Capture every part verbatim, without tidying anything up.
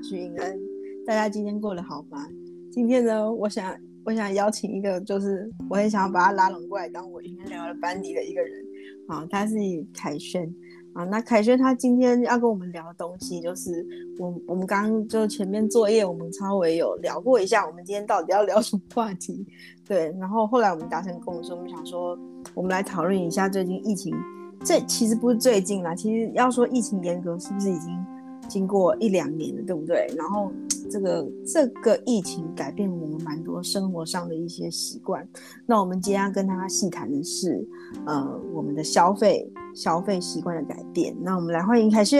君恩，大家今天过得好吗？今天呢，我想我想邀请一个，就是我很想要把他拉拢过来当我云恩聊的班底的一个人啊，他是凯旋啊。那凯旋他今天要跟我们聊的东西，就是我我们刚刚就前面作业，我们稍微有聊过一下，我们今天到底要聊什么话题？对，然后后来我们达成共识，我们想说，我们来讨论一下最近疫情。这其实不是最近啦，其实要说疫情严格，是不是已经经过一两年了，对不对？然后这个这个疫情改变我们蛮多生活上的一些习惯。那我们今天要跟大家细谈的是，呃，我们的消费消费习惯的改变。那我们来欢迎凯旋。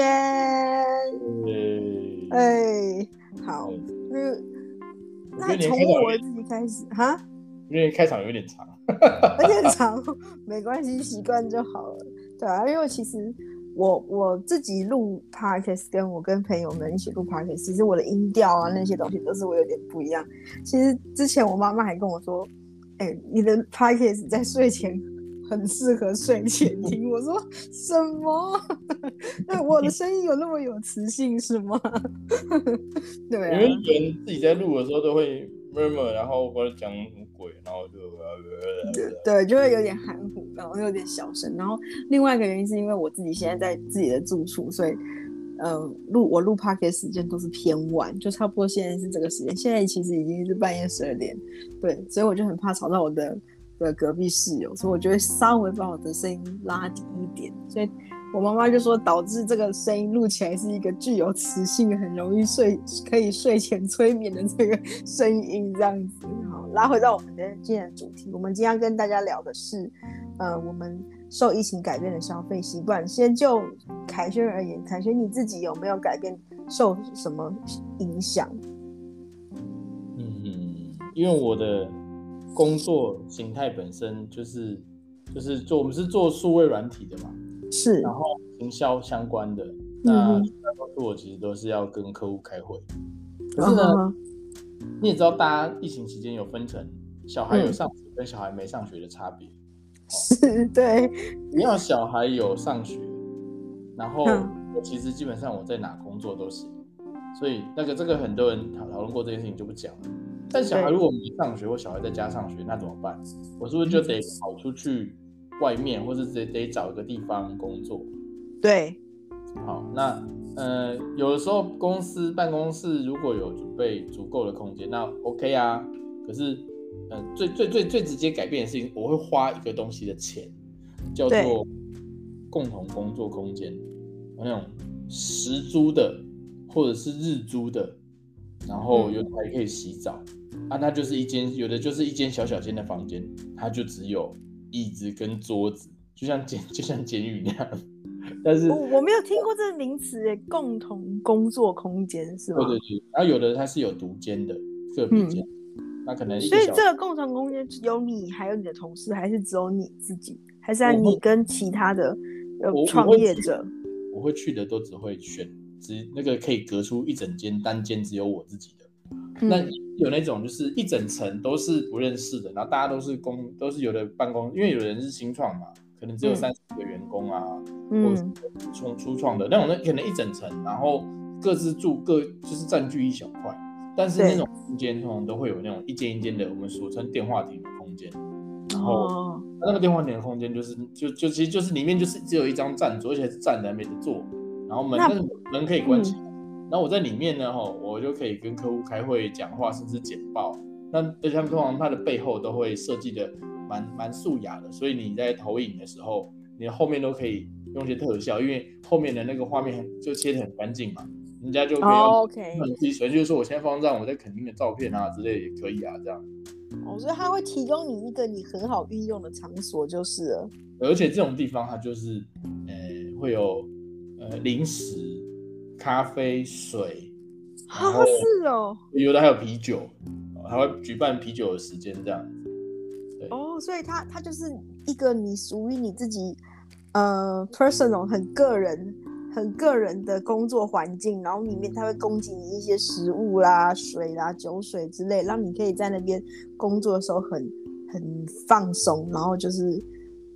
嗯， 哎，好，那那从我自己开始哈， 因为开场有点长， 有点长，没关系，习惯就好了。对啊，因为其实我我自己录 podcast， 跟我跟朋友们一起录 podcast， 其实我的音调啊那些东西都是我有点不一样。其实之前我妈妈还跟我说，哎、欸，你的 podcast 在睡前很适合睡前听。我说什么？那我的声音有那么有磁性是吗？对啊， 因为人自己在录的时候都会 murmur， 然后或者讲什么鬼，然后就对对，就会有点含糊，然后有点小声。然后另外一个原因是因为我自己现在在自己的住处，所以呃，录我录 podcast 时间都是偏晚，就差不多现在是这个时间。现在其实已经是半夜十二点，对，所以我就很怕吵到我的的隔壁室友，所以我就会稍微把我的声音拉低一点。所以我妈妈就说，导致这个声音录起来是一个具有磁性、很容易睡、可以睡前催眠的这个声音，这样子。好，拉回到我们的今天的主题，我们今天要跟大家聊的是，呃，我们受疫情改变的消费习惯。先就凯旋而言，凯旋你自己有没有改变，受什么影响？ 嗯，因为我的工作形态本身就是就是做我们是做数位软体的嘛。 是， 然后行销相关的，那大多数我其实都是要跟客户开会。可是呢，嗯、你也知道，大家疫情期间有分成小孩有上学跟小孩没上学的差别。 是、嗯哦，对。 只要小孩有上学，然后我其实基本上我在哪工作都行，所以那个这个很多人讨论过这件事情就不讲了。但小孩如果没上学或小孩在家上学，那怎么办？我是不是就得跑出去外面，或是得得找一个地方工作？ 对， 好，那呃，有的时候公司办公室如果有准备足够的空间，那 OK 啊。可是，呃，最最最最直接改变的事情，我会花一个东西的钱，叫做共同工作空间，那种时租的或者是日租的，然后有的还可以洗澡。嗯、啊，那就是一间，有的就是一间小小间的房间，它就只有椅子跟桌子，就像监就像监狱那样。但是我, 我没有听过这个名词耶，共同工作空间是吗？ 对对对，然后有的它是有独间的个别间、嗯，那可能一个小时。 所以这个共同空间有你，还有你的同事，还是只有你自己，还是你跟其他的创业者？ 我会去的都只会选只那个可以隔出一整间单间只有我自己的。嗯、那有那种就是一整层都是不认识的，然后大家都是公都是有的办公，因为有人是新创嘛，可能只有三十个员工啊，嗯、或者是初创的那种，那可能一整层，然后各自住各就是占据一小块，但是那种空间通常都会有那种一间一间的，我们俗称电话亭的空间，然后、哦、那个电话亭的空间就是就就其实就是里面就是只有一张站桌，而且是站的还没得坐，然后门但是门可以关起来。嗯，然后我在里面呢，我就可以跟客户开会、讲话，甚至简报。那而且他们通常它的背后都会设计的蛮蛮素雅的，所以你在投影的时候，你的后面都可以用一些特效，因为后面的那个画面就切得很干净嘛，人家就可以用很自己随，就是说我现在放上我在垦丁的照片啊之类也可以啊，这样。 哦，所以它会提供你一个你很好运用的场所就是了。 而且这种地方它就是，呃，会有呃零食。咖啡、水，然后是哦， 有的还有啤酒，还会举办啤酒的时间这样子。对哦，所以它它就是一个你属于你自己呃 personal 很个人很个人的工作环境，然后里面它会供给你一些食物啦、水啦、酒水之类，让你可以在那边工作的时候很很放松，然后就是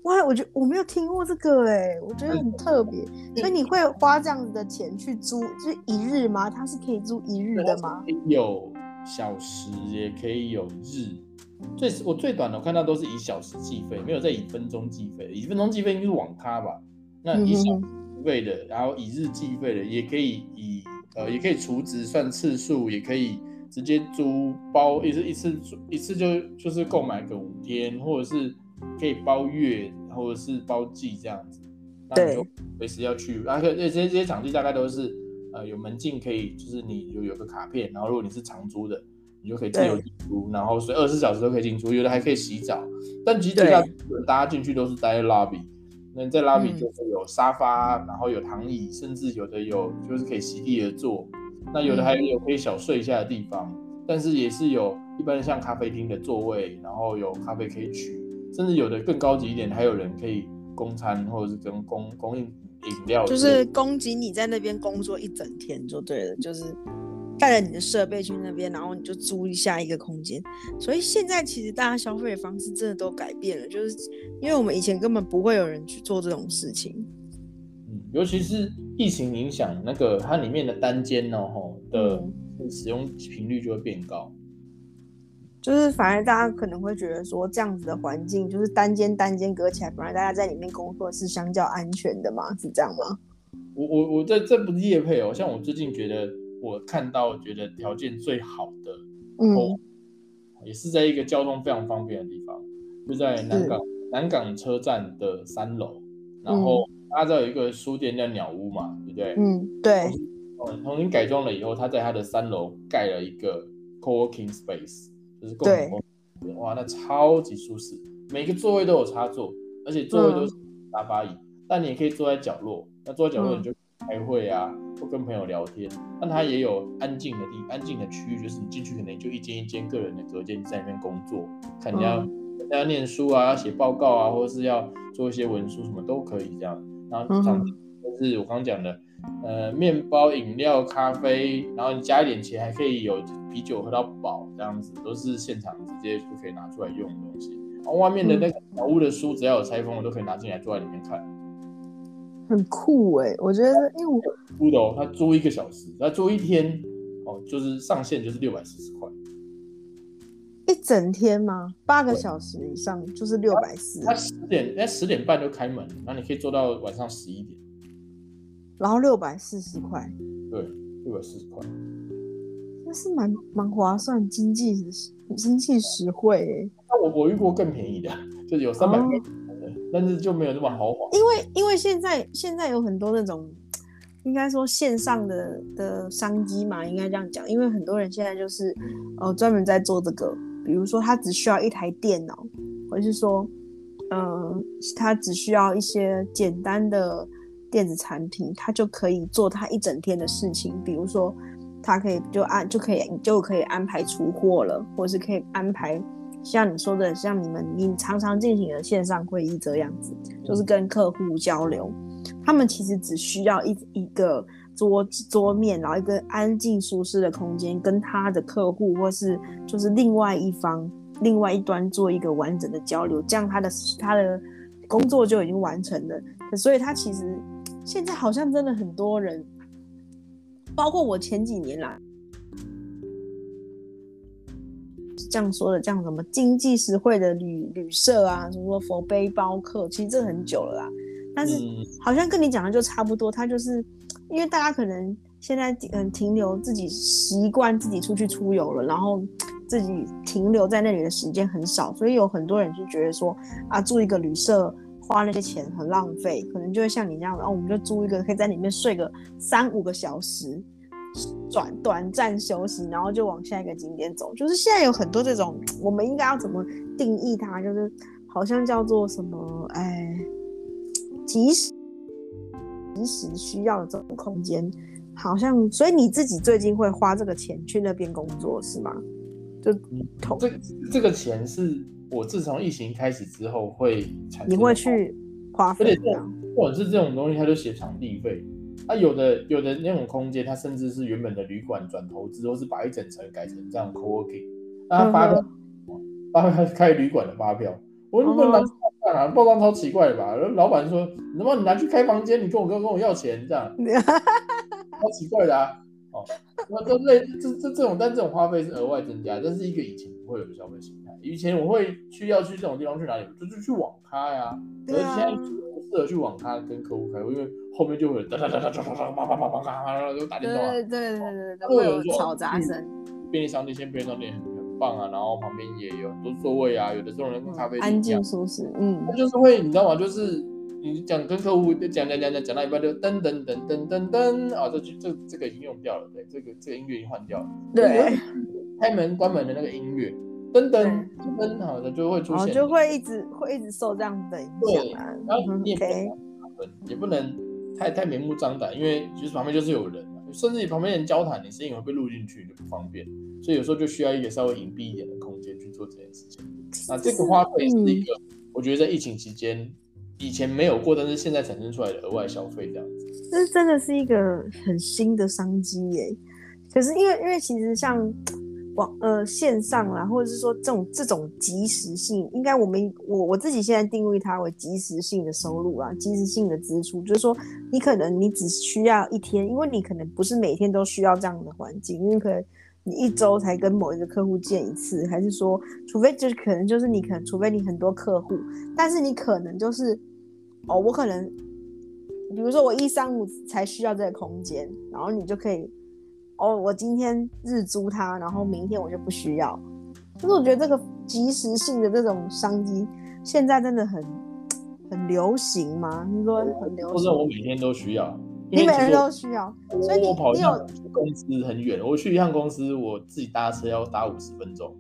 哇，我觉得我没有听过这个哎、欸，我觉得很特别。所以你会花这样子的钱去租，就是一日吗？它是可以租一日的吗？ 有小时也可以有日，最我最短的我看到都是以小时计费，没有在以分钟计费的。以分钟计费应该是网咖吧？那以小时计费的，然后以日计费的，也可以以呃也可以除值算次数，也可以直接租包，也是一次一次就就是购买个五天，或者是可以包月，或者是包季这样子。那你就随时要去，啊，这些这些场地大概都是呃有门禁可以，就是你有有个卡片，然后如果你是长租的，你就可以自由进出，然后所以二十四小时都可以进出，有的还可以洗澡。但其实绝大部分大家进去都是待在 lobby， 那在 lobby 就会有沙发，嗯、然后有躺椅，甚至有的有就是可以席地而坐，那有的还有可以小睡一下的地方，嗯、但是也是有一般像咖啡厅的座位，然后有咖啡可以取，甚至有的更高级一点，还有人可以供餐或者是跟供供应饮料， 就是供给你在那边工作一整天就对了，就是带着你的设备去那边，然后你就租一下一个空间。所以现在其实大家消费的方式真的都改变了，就是因为我们以前根本不会有人去做这种事情。 嗯，尤其是疫情影响，那个它里面的单间哦的使用频率就会变高。 就是反而大家可能会觉得说，这样子的环境就是单间单间隔起来，本来大家在里面工作是相较安全的嘛，是这样吗？ 我我我这这不是业配哦，像我最近觉得我看到觉得条件最好的，嗯，也是在一个交通非常方便的地方，就在南港南港车站的三楼，然后大家知道有一个书店叫鸟屋嘛，对不对？ 嗯，对。 重新改装了以后，他在他的三楼盖了一个 co-working space。就是共同工作，哇，那超级舒适，每个座位都有插座，而且座位都是沙发椅，嗯、但你也可以坐在角落，那坐在角落你就开会啊，嗯、或跟朋友聊天。但它也有安静的地，安静的区域，就是你进去可能就一间一间个人的隔间在里面工作，看你要大家、嗯、念书啊，要写报告啊，或者是要做一些文书什么都可以这样。然后场地就是我刚刚讲的。呃，面包、饮料、咖啡，然后你加一点钱，还可以有啤酒喝到饱，这样子都是现场直接就可以拿出来用的东西。然后外面的那个小屋的书，只要有拆封，我都可以拿进来坐在里面看， 很酷哎、欸！我觉得，因为我租的哦，他租一个小时，他租一天哦，就是上限就是六百四十块， 一整天吗？八个小时以上就是六百四。 他十点，哎，十点半就开门，那你可以做到晚上十一点。 然后六百四十块， 对，六百四十块， 那是蛮蛮划算，经济经济实惠哎、欸。 那我我遇过更便宜的，就是有三百块的，但是就没有那么豪华。 因为因为现在现在有很多那种，应该说线上的的商机嘛，应该这样讲。因为很多人现在就是呃专门在做这个，比如说他只需要一台电脑，或者是说，呃，他只需要一些简单的电子产品，他就可以做他一整天的事情。比如说，他可以就安就可以就可以安排出货了，或者是可以安排像你说的，像你们你常常进行的线上会议这样子，就是跟客户交流。他们其实只需要一一个桌桌面，然后一个安静舒适的空间，跟他的客户或是就是另外一方另外一端做一个完整的交流，这样他的他的工作就已经完成了。所以他其实现在好像真的很多人，包括我前几年来这样说的，这样什么经济实惠的旅旅社啊，什么说佛背包客，其实这很久了啦。但是好像跟你讲的就差不多，他就是因为大家可能现在嗯停留自己习惯自己出去出游了，然后自己停留在那里的时间很少，所以有很多人就觉得说啊，住一个旅社花那些钱很浪费，可能就会像你这样，然后我们就租一个可以在里面睡个三五个小时，短短暂休息，然后就往下一个景点走。就是现在有很多这种，我们应该要怎么定义它？就是好像叫做什么，哎。即时即时需要的这种空间，好像，所以你自己最近会花这个钱去那边工作是吗？就、嗯、 这这个钱是我自从疫情开始之后会产生， 你会去花费， 而且或者是这种东西，它就写场地费。啊，有的有的那种空间，它甚至是原本的旅馆转投资，或是把一整层改成这样 co-working， 那它发票、嗯、发票开旅馆的发票，我如果拿干啊，报账超奇怪的吧？老板说，能不能你拿去开房间，你跟我跟跟我要钱这样，超奇怪的啊。哦，那这类这这这种，但这种花费是额外增加，这是一个以前不会有的消费心态。以前我会去要去这种地方去哪里，就是去网咖呀。而现在不适合去网咖跟客户开会，因为后面就会哒哒哒哒哒哒哒叭叭叭叭叭就打电话。 对对对对对，会有嘈杂声。 便利商店，现在便利商店很很棒啊，然后旁边也有很多座位啊，有的这种人跟咖啡安静舒适，嗯， 他就是会，你知道吗？就是你讲跟客户讲讲讲讲讲到一半就噔噔噔噔噔噔啊，这这这个已经用掉了，对，这个这个音乐已经换掉了， 对， 开门关门的那个音乐，噔噔噔，好的就会出现， 就会一直会一直受这样的影响啊。 然后你也不能也不能太太明目张胆，因为就是旁边就是有人。甚至你旁边人交谈，你声音会被录进去，就不方便，所以有时候就需要一个稍微隐蔽一点的空间去做这件事情。那这个花费是一个，我觉得在疫情期间以前没有过，但是现在产生出来的额外消费这样子。 这真的是一个很新的商机耶。可是因为因为其实像网呃线上啦，或者是说这种这种即时性，应该我们我我自己现在定位它为即时性的收入啦，即时性的支出，就是说你可能你只需要一天，因为你可能不是每天都需要这样的环境，因为可能你一周才跟某一个客户见一次，还是说除非就是可能就是你可能除非你很多客户，但是你可能就是哦我可能比如说我一三五才需要这个空间，然后你就可以。哦，我今天日租它，然后明天我就不需要。但是我觉得这个即时性的这种商机，现在真的很很流行吗？你说很流行？ 或者我每天都需要， 你每天都需要，所以你我跑一趟公司很远，我去一趟公司，我自己搭车要搭五十分钟。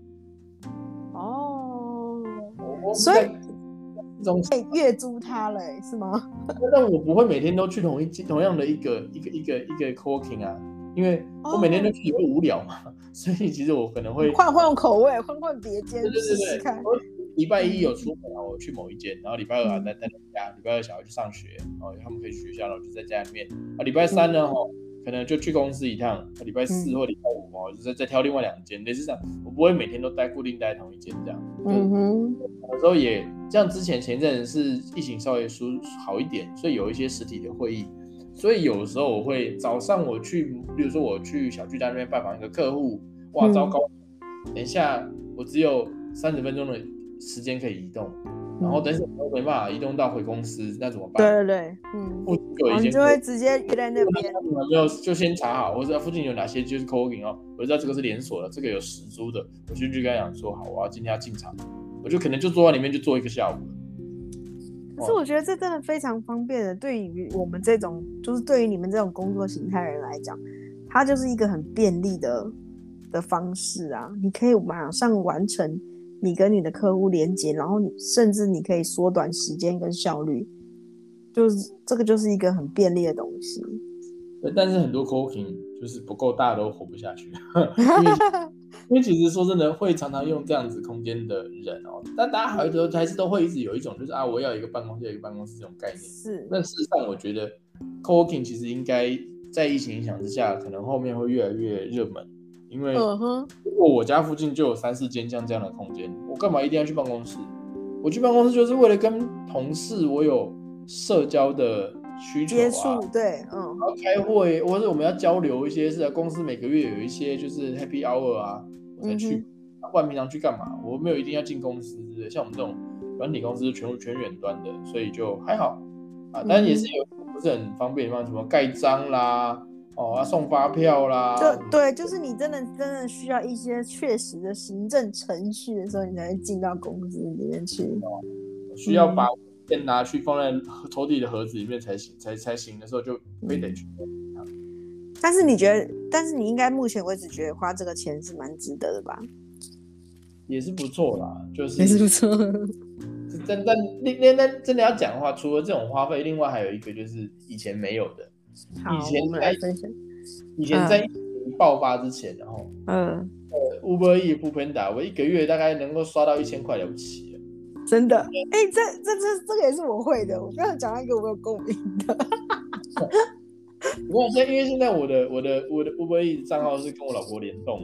哦，所以可以月租它了，是吗？ 但我不会每天都去同一同样的一个一个一个一个 coworking 啊。因为我每天都去也会无聊嘛，哦、所以其实我可能会换换口味，换换别间试试看。 礼拜一有出门啊，我去某一间，然后礼拜二啊在在家，礼拜二小孩去上学，哦，他们可以去学校，然后就在家里面。啊，礼拜三呢，哦，可能就去公司一趟。礼拜四或礼拜五哦，就再再挑另外两间，类似这样。我不会每天都待固定待同一间这样。嗯哼。有时候也像之前前一阵子是疫情稍微舒好一点，所以有一些实体的会议。所以有时候我会早上我去，比如说我去小巨蛋那边拜访一个客户，哇，糟糕！嗯、等一下我只有三十分钟的时间可以移动，嗯、然后等一下我没办法移动到回公司，那怎么办？ 对对对，嗯，附近有一间，你就会直接约在那边。 没有，就先查好，我知道附近有哪些就是 coworking 哦，我知道这个是连锁的，这个有实租的，我就去跟他讲说好，我要今天要进场，我就可能就坐在里面就坐一个下午。 可是我觉得这真的非常方便的，对于我们这种，就是对于你们这种工作形态人来讲，它就是一个很便利的的方式啊！你可以马上完成你跟你的客户连接，然后甚至你可以缩短时间跟效率，就是这个就是一个很便利的东西。 对，但是很多 coworking 就是不够大都活不下去，因为因为其实说真的，会常常用这样子空间的人哦，但大家还是还是都会一直有一种就是啊，我要一个办公室，有一个办公室这种概念。 是。 但事实上，我觉得 coworking 其实应该在疫情影响之下，可能后面会越来越热门，因为如果我家附近就有三四间像这样的空间，我干嘛一定要去办公室？我去办公室就是为了跟同事我有社交的需求啊， 接触，对，嗯， 然后开会，或者我们要交流一些是公司每个月有一些就是 happy hour 啊，我才去。嗯、不然平常去干嘛？我没有一定要进公司，像我们这种软体公司全全远端的，所以就还好啊。当然也是有不是很方便的地方，什么盖章啦，哦，要送发票啦。 就对，就是你真的真的需要一些确实的行政程序的时候，你才会进到公司里面去。 哦、需要把先拿去放在抽屉的盒子里面才行，才才行的时候就非得去。嗯、 但是你觉得，但是你应该目前为止觉得花这个钱是蛮值得的吧？ 也是不错啦，就是也是不错。 但但但但真的要讲的话，除了这种花费，另外还有一个就是以前没有的。 好， 以前我们来分享。 以前在疫情爆发之前，然后嗯，呃 ，Uber Eats、Foodpanda，我一个月大概能够刷到一千块了不起。 真的，哎、欸，这这这这个也是我会的。我刚才讲到一个我有共鸣的。 我现在因为现在我的我的我的 Uber Eats 账号是跟我老婆联动的，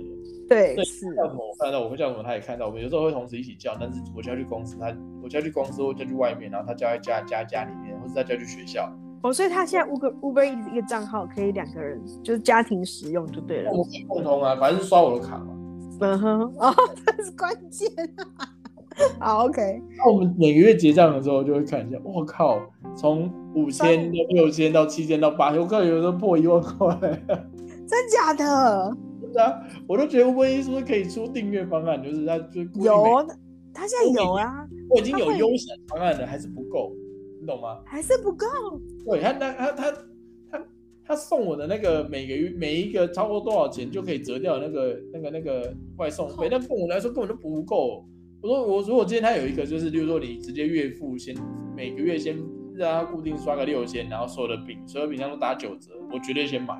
对， 对， 是。 叫什么我看到，我会叫什么他也看到，我们有时候会同时一起叫，但是我叫去公司，他我叫去公司或叫去外面，然后他叫在家家家里面，或是他叫去学校。 哦，所以他现在 Uber Uber Eats 一个账号可以两个人，就是家庭使用就对了。 我们共同啊，反正是刷我的卡嘛。 嗯哼，哦，这是关键啊。好 ，OK。 那我们每个月结账的时候就会看一下，我靠，从五千到六千到七千到八千，我看有时候破一万块。 真假的？ 真的啊，我都觉得 Uber Eats 是不是可以出订阅方案，就是他就有，他现在有啊。 我已经有优享方案了，还是不够，你懂吗？ 还是不够。 对，他那他他他他送我的那个每个月每一个超过多少钱就可以折掉那个那个那个外送费，那对我来说根本就不够。我说我如果今天他有一个就是，例如说你直接月付先每个月先让他固定刷个六千，然后所有的饼所有饼上都打九折，我绝对先买。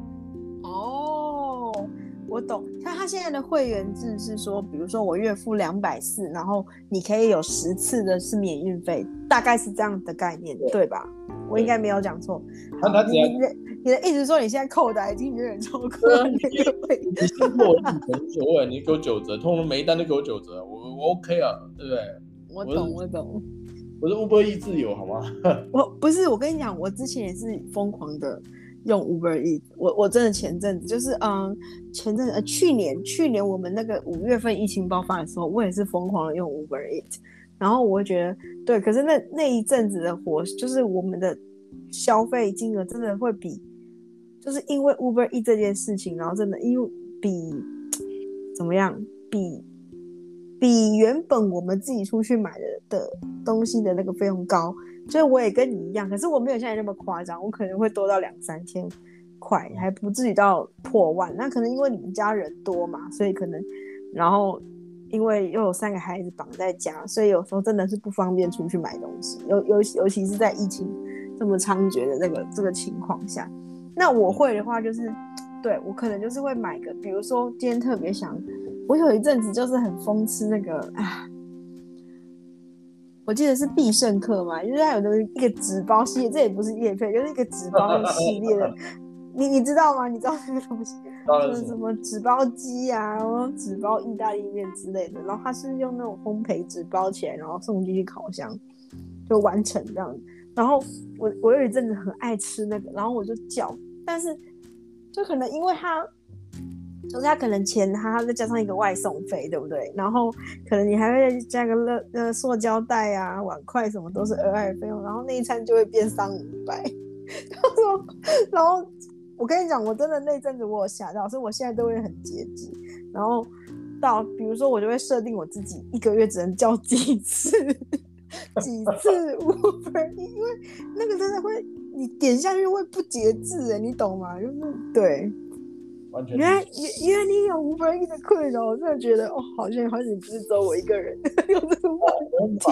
哦，我懂。像他现在的会员制是说，比如说我月付两百四，然后你可以有十次的是免运费，大概是这样的概念， 对, 对吧？我应该没有讲错。你你的你的意思说你现在扣的已经远远超过那个会员。 你先破一无所谓，你给我九折，通通每一单都给我九折，我我 OK 啊，对不对？ 我懂，我懂。 我是 Uber Eats 自由好吗？ 我不是，我跟你讲，我之前也是疯狂的用 Uber Eats。我我真的前阵子就是嗯，前阵子呃去年去年我们那个五月份疫情爆发的时候，我也是疯狂的用 Uber Eats。然后我会觉得对，可是那那一阵子的活，就是我们的消费金额真的会比，就是因为 Uber Eats 这件事情，然后真的因为比怎么样，比比原本我们自己出去买的的东西的那个费用高。所以我也跟你一样，可是我没有像你那么夸张，我可能会多到两三千块，还不至于到破万。那可能因为你们家人多嘛，所以可能然后。因为又有三个孩子绑在家，所以有时候真的是不方便出去买东西，尤尤尤其是在疫情这么猖獗的这个这个情况下。那我会的话，就是对我可能就是会买个，比如说今天特别想，我有一阵子就是很疯吃那个啊，我记得是必胜客嘛，就是它有那个一个纸包系列，这也不是业配，就是一个纸包系列的。你你知道吗？你知道这个东西？就是什么纸包鸡啊，然后纸包意大利面之类的，然后它是用那种烘焙纸包起来，然后送进去烤箱，就完成这样。然后我我有一阵子很爱吃那个，然后我就叫，但是就可能因为它，就是它可能钱它再加上一个外送费，对不对？然后可能你还会加个乐呃塑胶袋啊、碗筷什么都是额外的费用，然后那一餐就会变三五百，然后。我跟你讲，我真的那阵子我有吓到，所以我现在都会很节制。然后到比如说，我就会设定我自己一个月只能叫几次，几次 Uber， 因为那个真的会，你点下去会不节制哎，你懂吗？就是对， 完全原来原来你有 Uber Eats 的困扰，我真的觉得哦，好像好像不是只有我一个人有这个问题。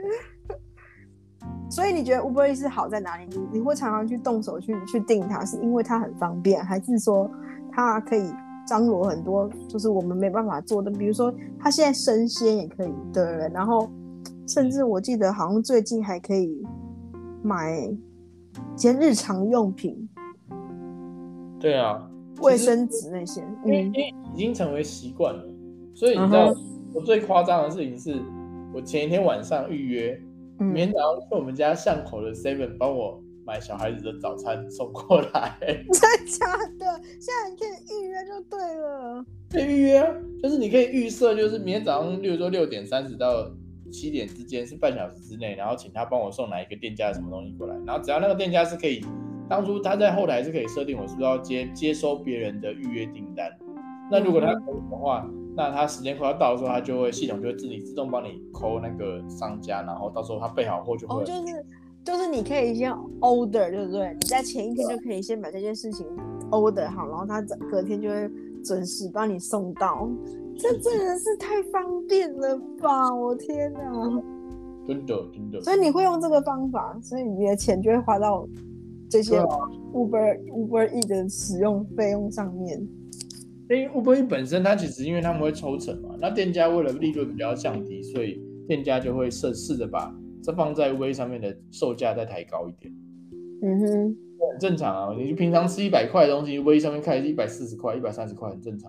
所以你觉得 Uber Eats 是好在哪里？你你会常常去动手去去订它，是因为它很方便，还是说它可以张罗很多就是我们没办法做的？比如说它现在生鲜也可以，对不对？然后甚至我记得好像最近还可以买一些日常用品， 对啊， 卫生纸那些， 因为、嗯、因为已经成为习惯了，所以你知道、uh-huh. 我最夸张的事情是，我前一天晚上预约。明天早上去我们家巷口的 seven 帮我买小孩子的早餐送过来。 真的假的？现在你可以预约就对了。 可以预约啊，就是你可以预设，就是明天早上，例如说六点三十到七点之间是半小时之内，然后请他帮我送哪一个店家的什么东西过来，然后只要那个店家是可以，当初他在后台是可以设定我是不是要接接收别人的预约订单。那如果他可以的话。嗯，那他时间快要到的时候，他就会系统就会自己自动帮你扣那个商家，然后到时候他备好货就会。 哦，就是就是你可以先 order， 对不对？你在前一天就可以先把这件事情 order 好，然后他隔天就会准时帮你送到。这真的是太方便了吧！我天哪！ 真的真的。 所以你会用这个方法，所以你的钱就会花到这些 Uber Uber E 的使用费用上面。 因为 Uber Eats 本身它其实因为他们会抽成嘛，那店家为了利润比较降低，所以店家就会试试着把这放在 Uber Eats 上面的售价再抬高一点。 嗯哼， 很正常啊，你就平常吃一百块的东西 ，Uber Eats 上面开一百四十块、一百三十块，很正常。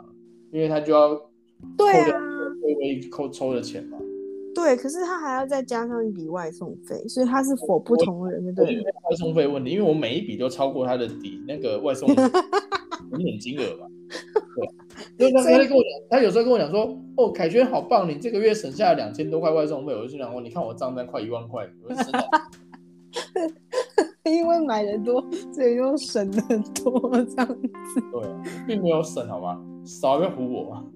因为他就要对啊， 微微扣抽的钱嘛。 对，可是他还要再加上一笔外送费，所以他是否不同人的对。 外送费问题，因为我每一笔都超过他的底那个外送的明显金额嘛。对，所以他跟我讲，他有时候跟我讲说，哦，凯旋好棒，你这个月省下了两千多块外送费，我就想说，你看我账单快一万块，我就省了。 因为买的多，所以就省的多这样子。 对，并没有省好吗？少要唬我啊！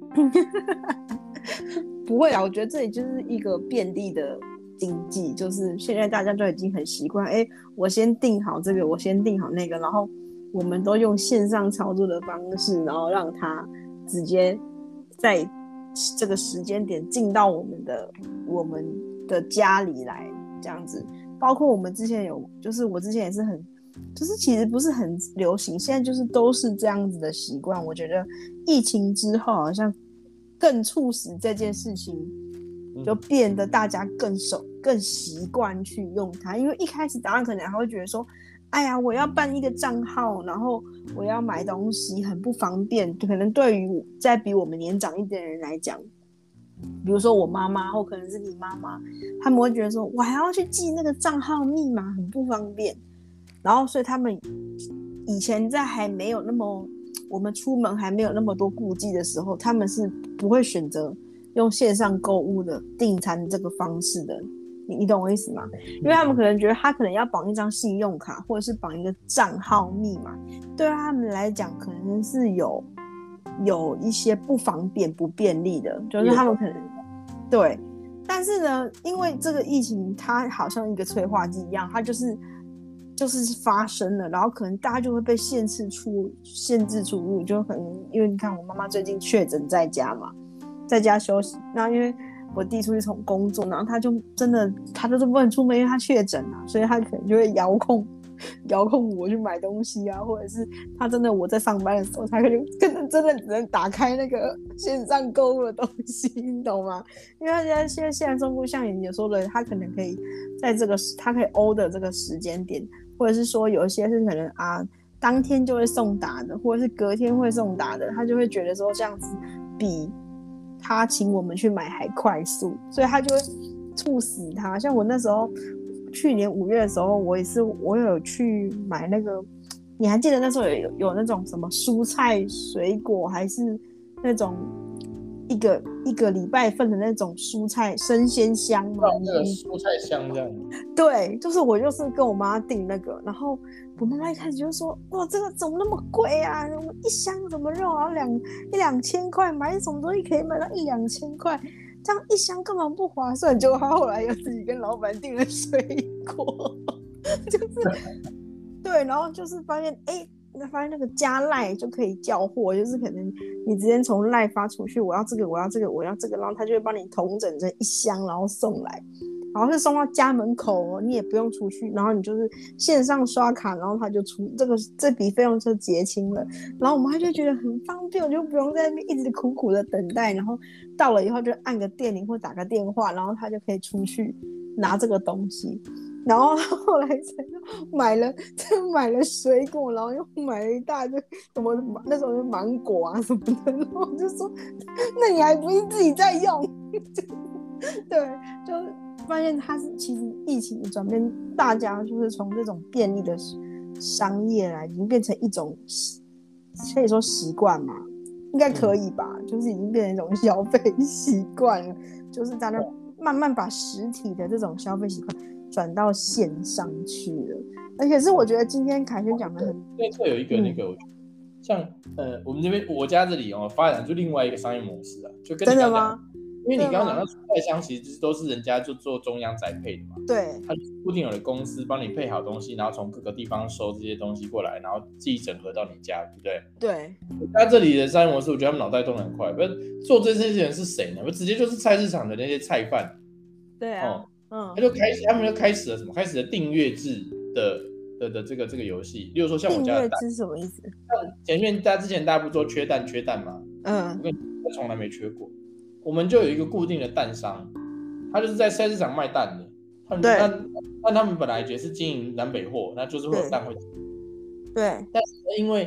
不会啊，我觉得这里就是一个遍地的经济，就是现在大家都已经很习惯，哎，我先订好这个，我先订好那个，然后我们都用线上操作的方式，然后让它直接在这个时间点进到我们的我们的家里来，这样子。包括我们之前有，就是我之前也是很，就是其实不是很流行，现在就是都是这样子的习惯。我觉得疫情之后好像更促使这件事情就变得大家更熟、更习惯去用它。因为一开始大家可能还会觉得说，哎呀，我要办一个账号，然后我要买东西很不方便。可能对于在比我们年长一点的人来讲，比如说我妈妈，或可能是你妈妈，他们会觉得说，我还要去记那个账号密码，很不方便。然后，所以他们以前在还没有那么，我们出门还没有那么多顾忌的时候，他们是不会选择用线上购物的订餐这个方式的。你你懂我意思吗？因为他们可能觉得他可能要绑一张信用卡，或者是绑一个账号密码，对他们来讲可能是有有一些不方便、不便利的，就是他们可能对。但是呢，因为这个疫情，它好像一个催化剂一样，它就是就是发生了，然后可能大家就会被限制出限制出入，就可能因为你看我妈妈最近确诊在家嘛，在家休息，那因为我弟出去从工作，然后他就真的他就是不能出门，因为他确诊啊，所以他可能就会遥控遥控我去买东西啊，或者是他真的我在上班的时候，他可能真的真的只能打开那个线上购物的东西，你懂吗？因为他现在现在线上购物，像你说的，他可能可以在这个他可以 order 这个时间点，或者是说有一些是可能啊当天就会送达的，或者是隔天会送达的，他就会觉得说这样子比他请我们去买还快速，所以他就会促使他。像我那时候去年五月的时候，我也是我有去买那个，你还记得那时候有有那种什么蔬菜水果，还是那种一个一个礼拜份的那种蔬菜生鲜箱吗？ 那个蔬菜箱这样。 对，就是我就是跟我妈订那个，然后我妈妈一开始就说：“哇，这个怎么那么贵啊？一箱什么肉啊，两一两千块，买什么东西可以买到一两千块？这样一箱根本不划算。”结果她后来又自己跟老板订了水果，就是对，然后就是发现，哎，发现那个加赖就可以叫货，就是可能你直接从赖发出去，我要这个，我要这个，我要这个，然后他就会帮你统整成一箱，然后送来。然后是送到家门口哦，你也不用出去，然后你就是线上刷卡，然后他就出这个这笔费用就结清了，然后我妈就觉得很方便，我就不用在那边一直苦苦的等待，然后到了以后就按个电铃或打个电话，然后他就可以出去拿这个东西。然后后来才买了，买了水果，然后又买了一大堆什么那时候就芒果啊什么的，然后我就说，那你还不是自己在用？对，就发现它是其实疫情的转变，大家就是从这种便利的商业来，已经变成一种可以说习惯嘛，应该可以吧？嗯、就是已经变成一种消费习惯了，就是大家慢慢把实体的这种消费习惯转到线上去了。而且是我觉得今天凯旋讲的很， 因为会有一个那个，嗯、像呃我们这边我家这里哦发展出另外一个商业模式啊，就跟你刚刚讲。真的吗？因为你刚刚讲到蔬菜箱，其实都是人家就做中央宅配的嘛， 对， 它固定有的公司帮你配好东西，然后从各个地方收这些东西过来，然后自己整合到你家，对不对？ 对。 他这里的商业模式，我觉得他们脑袋动得很快。不是做这些人是谁呢？不直接就是菜市场的那些菜贩。 对啊，哦、嗯， 他就开始，他们就开始了什么？开始了订阅制的的的这个这个游戏。例如说像我家的蛋， 订阅制什么意思？ 像前面大家之前大家不是说缺蛋缺蛋吗？ 嗯， 我跟你说从来没缺过。我们就有一个固定的蛋商，他就是在菜市场卖蛋的。他们但但他们本来也是经营南北货，那就是会有蛋会。 对。 但是因为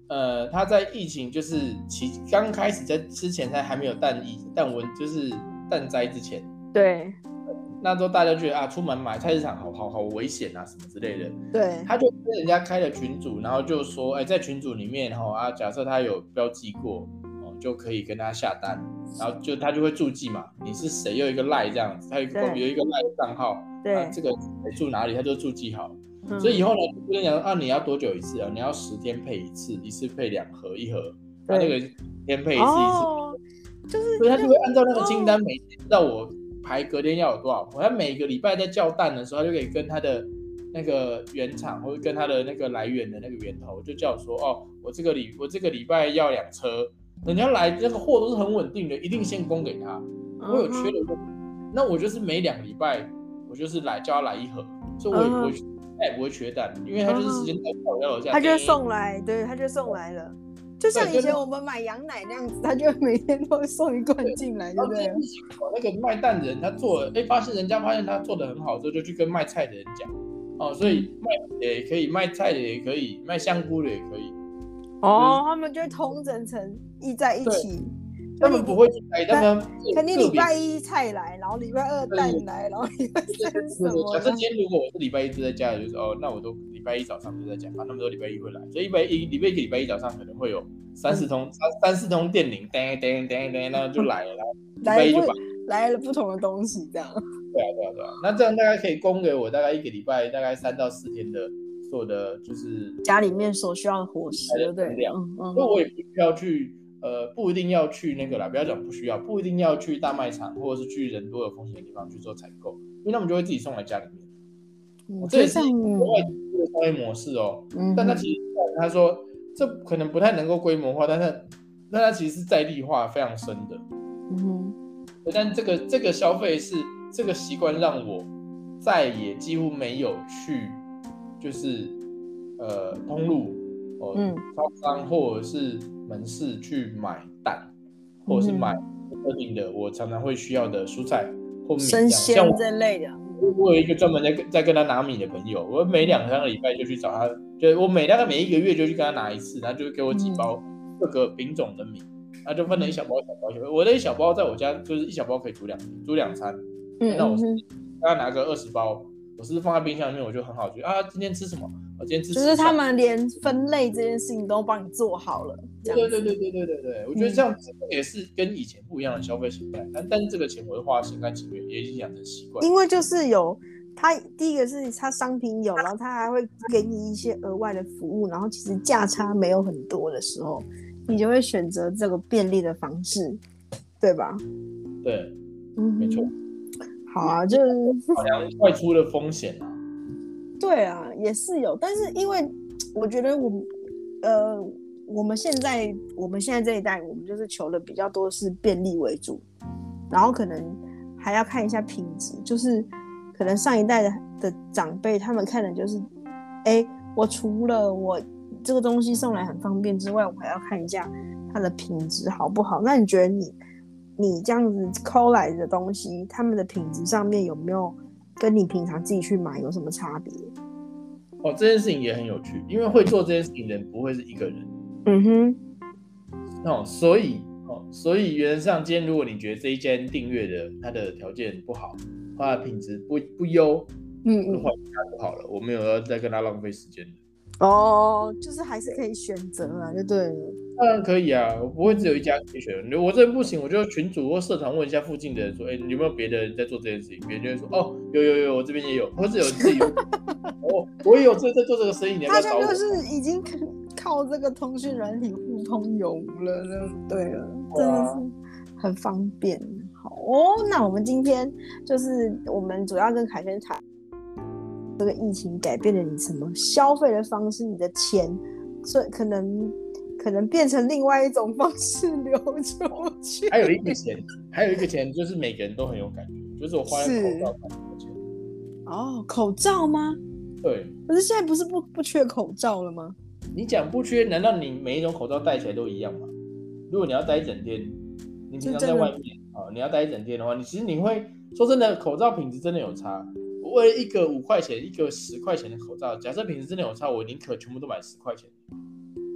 呃，他在疫情就是其刚开始在之前，他还没有淡疫淡温，就是淡灾之前， 对， 那时候大家觉得啊，出门买菜市场好好好危险啊，什么之类的。 对， 他就跟人家开了群组，然后就说，哎，在群组里面哈、哦、啊，假设他有标记过，哦，就可以跟他下单，然后就他就会注记嘛，你是谁，又一个 line 这样子，他有一个有一个 line 账号， 对， 啊，这个谁住哪里，他就注记好。 嗯、 所以以后呢，就跟你讲啊，你要多久一次啊？你要十天配一次，一次配两盒，一盒，啊，那个天配一次， 哦、 一次，就是，所以他就会按照那个清单，每天知道我排隔天要有多少盒。他每个礼拜在叫蛋的时候，他就可以跟他的那个原厂或者跟他的那个来源的那个源头，就叫我说，哦，我这个礼我这个礼拜要两车，人家来那个货都是很稳定的，一定先供给他。我有缺的，嗯、那我就是每两个礼拜我就是来叫他来一盒，所以我也不会。嗯他也不会缺蛋，因为他就是时间到到楼下， 他就送来，对，他就送来了。就像以前我们买羊奶那样子，他就每天都会送一罐进来，对不对？ 那个卖蛋人他做了，哎，发现人家发现他做的很好之后，就去跟卖菜的人讲，哦，所以卖的也可以，卖菜的也可以，卖香菇的也可以。 哦，他们就会统整成一在一起。 他们不会去来，他们肯定礼拜一菜来，然后礼拜二蛋来，然后礼拜三什么？ 假设今天如果我是礼拜一就在家里，就是哦，那我都礼拜一早上就在家，他们都礼拜一会来，所以礼拜一礼拜一礼拜一早上可能会有三四通、嗯、三三四通电铃，叮叮叮叮，然后就来了，然后礼拜一就把来了不同的东西，这样。 对啊对啊对啊，那这样大概可以供给我大概一个礼拜大概三到四天的所有的就是家里面所需要的伙食，对不对？ 嗯嗯，所以我也不需要去。呃，不一定要去那个啦，不要讲不需要，不一定要去大卖场或者是去人多的风险的地方去做采购，因为他们就会自己送来家里面。嗯、这也是国外的商业模式哦。嗯、但他其实他说这可能不太能够规模化，但是但它其实是在地化非常深的。嗯哼。但这个这个消费是这个习惯让我再也几乎没有去就是呃通路哦、呃嗯、超商或者是门市去买蛋，或者是买特定的我常常会需要的蔬菜或米， 生鲜这类的。 我有一个专门 在, 在跟他拿米的朋友，我每两三个礼拜就去找他，就我每大概每一个月就去跟他拿一次，他就会给我几包各个品种的米，他就分了一小包一小包小包。我的一小包在我家就是一小包可以煮两煮两餐，嗯、那我跟他拿个二十包，我是放在冰箱里面，我就很好觉得啊，今天吃什么？我今天吃就是他们连分类这件事情都帮你做好了。 对对对对对对对对，我觉得这样子也是跟以前不一样的消费形态，但但是这个钱我是花心甘情愿，也已经养成习惯。 因为就是有它，第一个是它商品有，然后它还会给你一些额外的服务，然后其实价差没有很多的时候，你就会选择这个便利的方式，对吧？ 对，嗯，没错。 好啊，就是考量外出的风险啊。 对啊，也是有，但是因为我觉得我呃，我们现在我们现在这一代，我们就是求的比较多是便利为主，然后可能还要看一下品质，就是可能上一代 的, 的长辈他们看的就是，哎，我除了我这个东西送来很方便之外，我还要看一下它的品质好不好。那你觉得你你这样子抠来的东西，他们的品质上面有没有跟你平常自己去买有什么差别？ 哦，这件事情也很有趣，因为会做这件事情的人不会是一个人。 嗯哼。 哦，所以哦，所以原则上，今天如果你觉得这一间订阅的它的条件不好，它的品质不不优，嗯嗯，换一家就好了，我没有要再跟他浪费时间的。 哦，就是还是可以选择啊，就对了。 当然可以啊，我不会只有一家可以选。我这不行，我就群组或社团问一下附近的人说，哎、欸，有没有别的人在做这件事情？别人就会说，哦，有有有，我这边也有，或者有自己有，哦，我也有在在做这个生意，你要不要找我？ 他就是已经靠这个通讯软体互通有无了，对了，真的是很方便。好哦，那我们今天就是我们主要跟凯轩谈这个疫情改变了你什么消费的方式，你的钱，所以可能。可能变成另外一种方式流出去。 还有一个钱，还有一个钱就是每个人都很有感觉，就是我花在口罩上的钱。 哦，口罩吗？ 对。 可是现在不是 不, 不缺口罩了吗？ 你讲不缺，难道你每一种口罩戴起来都一样吗？如果你要戴一整天，你平常在外面啊、哦，你要戴一整天的话，你其实你会说真的，口罩品质真的有差。我为了一个五块钱、一个十块钱的口罩，假设品质真的有差，我宁可全部都买十块钱。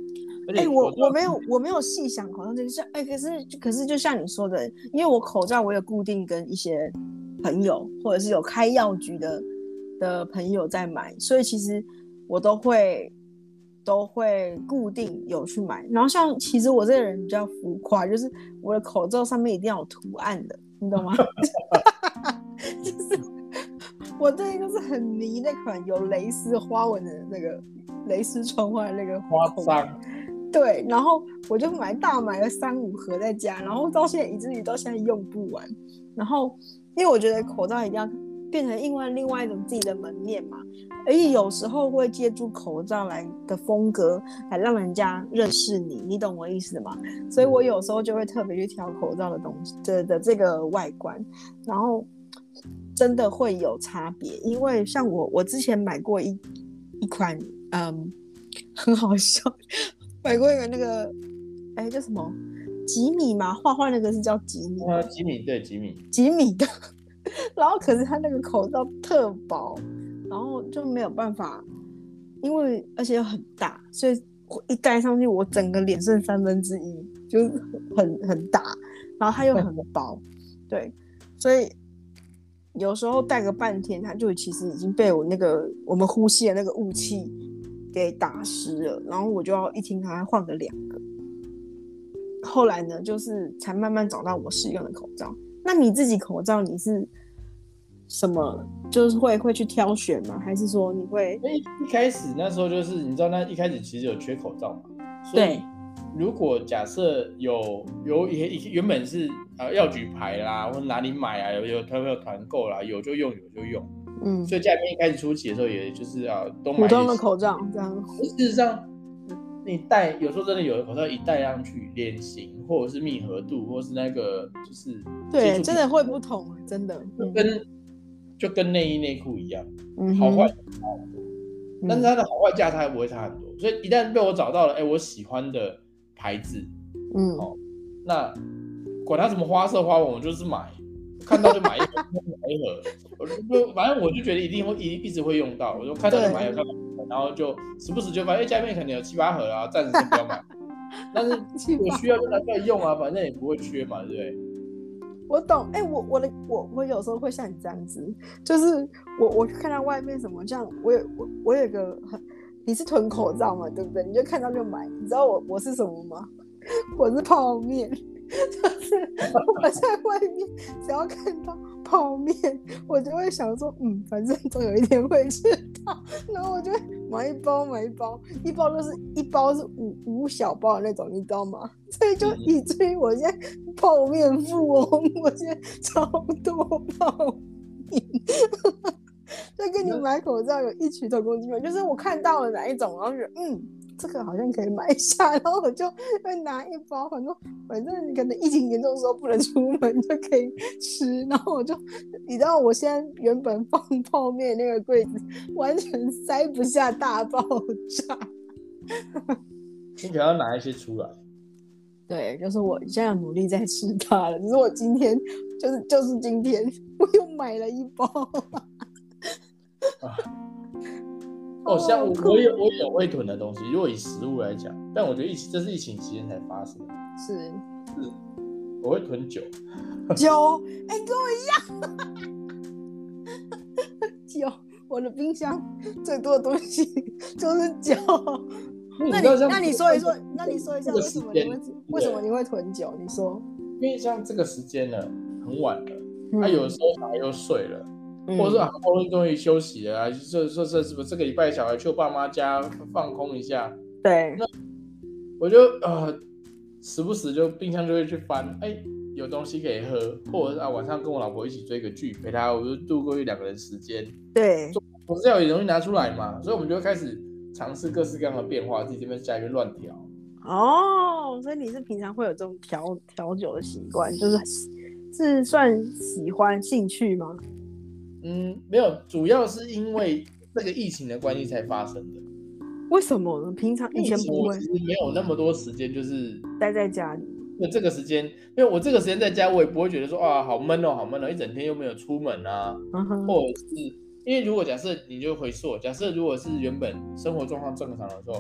而且哎、我我没有我没有细想口罩这个像哎、可是可是就像你说的，因为我口罩我有固定跟一些朋友或者是有开药局的的朋友在买，所以其实我都会都会固定有去买。然后像其实我这个人比较浮夸，就是我的口罩上面一定要有图案的，你懂吗？就是我对就是很迷那款有蕾丝花纹的那个蕾丝窗花的那个夸张。 对，然后我就买大买了三五盒在家，然后到现在以至于到现在用不完。然后因为我觉得口罩一定要变成另外另外一种自己的门面嘛，而且有时候会借助口罩来的风格来让人家认识你，你懂我意思吗？所以我有时候就会特别去挑口罩的东西的的这个外观，然后真的会有差别。因为像我我之前买过一一款嗯很好笑，买过一个那个哎叫什么吉米嘛，画画那个是叫吉米吗？ 啊，吉米对吉米， 吉米的，然后可是他那个口罩特薄，然后就没有办法，因为而且又很大，所以我一戴上去，我整个脸剩三分之一，就很很大，然后它又很薄，对，所以有时候戴个半天，它就其实已经被我那个我们呼吸的那个雾气给打湿了，然后我就要一听它换个两个。后来呢，就是才慢慢找到我适用的口罩。那你自己口罩你是什么？就是会会去挑选吗？还是说你会？ 因为一开始那时候就是你知道，那一开始其实有缺口罩嘛，所以如果假设有有原本是呃药局排啦，或者哪里买啊，有有团有团购啦，有就用有就用，嗯，所以家里面一开始初期的时候，也就是啊都买普通的口罩这样。 事实上，你戴有时候真的有的口罩一戴上去，脸型或者是密合度，或是那个就是对，真的会不同，真的就跟、嗯、就跟内衣内裤一样， 嗯、 好坏差很多，嗯、但是它的好坏价它不会差很多，所以一旦被我找到了，哎，我喜欢的牌子，嗯，哦，那管它什么花色花纹，我就是买，看到就买一盒，买一盒，我就反正我就觉得一定会一一直会用到，我就看到就买了，看到。然后就时不时就发现，哎，家里面可能有七八盒啊，暂时先不要买。但是有需要就拿出来用啊，反正也不会缺嘛，对不对？ 我懂，哎、欸，我我的我我有时候会像你这样子，就是我我看到外面什么这样，我有我我有个很，你是囤口罩嘛，对不对？你就看到就买，你知道我我是什么吗？我是泡面。就是我在外面只要看到泡面，我就会想说，嗯，反正总有一天会吃到，然后我就会买一包买一包，一包就是一包是五五小包的那种，你知道吗？所以就以至于我现在泡面富翁，我现在超多泡面。就跟你买口罩有异曲同工之妙，就是我看到了哪一种，然后觉得嗯。这个好像可以买一下，然后我就会拿一包，反正反正可能疫情严重的时候不能出门就可以吃，然后我就你知道我现在原本放泡面那个柜子完全塞不下大爆炸。 你可能要拿一些出来。 对，就是我现在努力在吃它了，只是我今天就是就是今天我又买了一包。 啊哦，像我我有我有会囤的东西，如果以食物来讲，但我觉得疫情这是疫情期间才发生的。 是是，我会囤酒。 酒，哎、欸，跟我一样。酒，我的冰箱最多的东西就是酒。那你那你说一说，那你说一下为什么你会为什么你会囤酒？你说， 因为像这个时间呢，很晚了，他、嗯啊、有的时候小孩又睡了。嗯、或者是好不容易终于休息了啊，这这这什么这个礼拜小孩去我爸妈家放空一下， 对， 那我就呃时不时就冰箱就会去翻，哎，有东西可以喝，或者是啊晚上跟我老婆一起追个剧，陪她，我就度过一两个人时间， 对， 总是要有东西拿出来嘛，所以我们就会开始尝试各式各样的变化，自己这边家里面乱调。 哦，所以你是平常会有这种调调酒的习惯，就是是算喜欢兴趣吗？ 嗯，没有，主要是因为这个疫情的关系才发生的。 为什么呢？平常以前不会， 其实没有那么多时间，就是待在家里。 那这个时间，因为我这个时间在家，我也不会觉得说啊好闷哦，好闷哦，一整天又没有出门啊，嗯、或者是因为如果假设你就回溯，假设如果是原本生活状况正常的时候，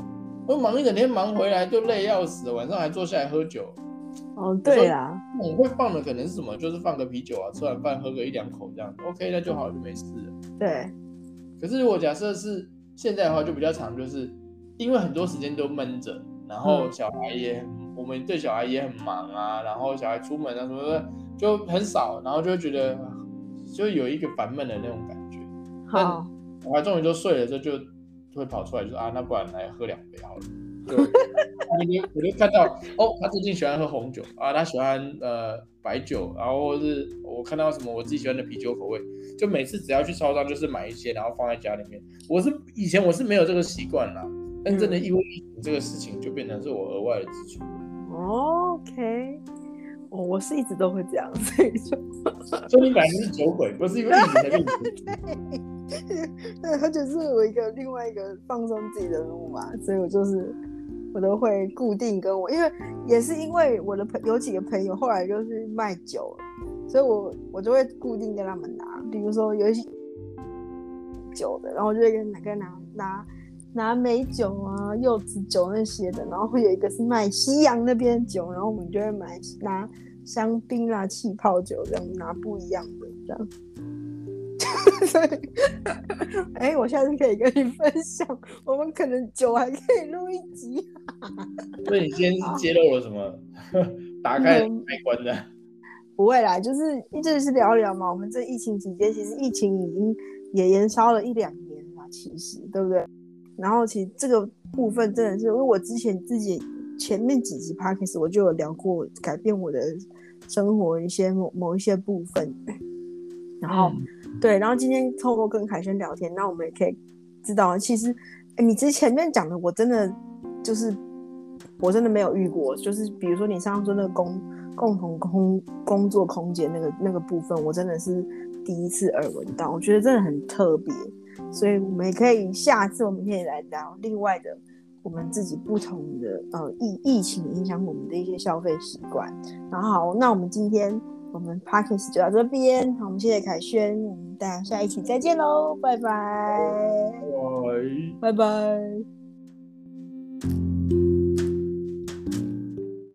我忙一整天，忙回来就累要死了，晚上还坐下来喝酒。 哦，对啦， 我会放的可能是什么，就是放个啤酒啊，吃完饭喝个一两口这样 ，OK， 那就好，就没事了。 对。 可是如果假设是现在的话，就比较长，就是因为很多时间都闷着，然后小孩也很、嗯，我们对小孩也很忙啊，然后小孩出门啊什么的就很少，然后就会觉得就有一个烦闷的那种感觉。 好， 小孩终于都睡了，这就会跑出来就说啊，那不然来喝两杯好了。就我就看到哦，他最近喜欢喝红酒啊，他喜欢呃白酒，然后或是我看到什么我自己喜欢的啤酒口味，就每次只要去超商就是买一些，然后放在家里面。我是以前我是没有这个习惯啦，但真的因为疫情这个事情，就变成是我额外的支出。 哦 OK， 哦，我是一直都会这样，所以就， 所以你本来就是酒鬼，不是因为疫情才变酒鬼。 对，而且是我一个另外一个放松自己的路嘛，所以我就是我都会固定跟我，因为也是因为我的朋有几个朋友后来就是卖酒了，所以我我就会固定跟他们拿，比如说有一些酒的，然后我就会跟哪个拿拿拿美酒啊、柚子酒那些的，然后会有一个是卖西洋那边的酒，然后我们就会买拿香槟啦、气泡酒这样拿不一样的这样。所以，哎、欸，我下次可以跟你分享，我们可能酒还可以录一集。 所以你今天是揭露了什么？打开开关的？ 不会啦，就是一直是聊聊嘛。我们这疫情期间，其实疫情已经也延烧了一两年了，其实对不对？然后其实这个部分真的是，因为我之前自己前面几集 podcast 我就有聊过改变我的生活一些某某一些部分，然后。嗯对，然后今天透过跟凯轩聊天，那我们也可以知道，其实你之前面讲的，我真的就是我真的没有遇过，就是比如说你上次说那个共共同工工作空间那个那个部分，我真的是第一次耳闻到，我觉得真的很特别，所以我们也可以下次我们可以来聊另外的我们自己不同的呃疫疫情影响我们的一些消费习惯。然后好，那我们今天。我们 podcast 就到这边，好，我们谢谢凯轩，我们大家下一期再见喽，拜拜， 拜拜拜。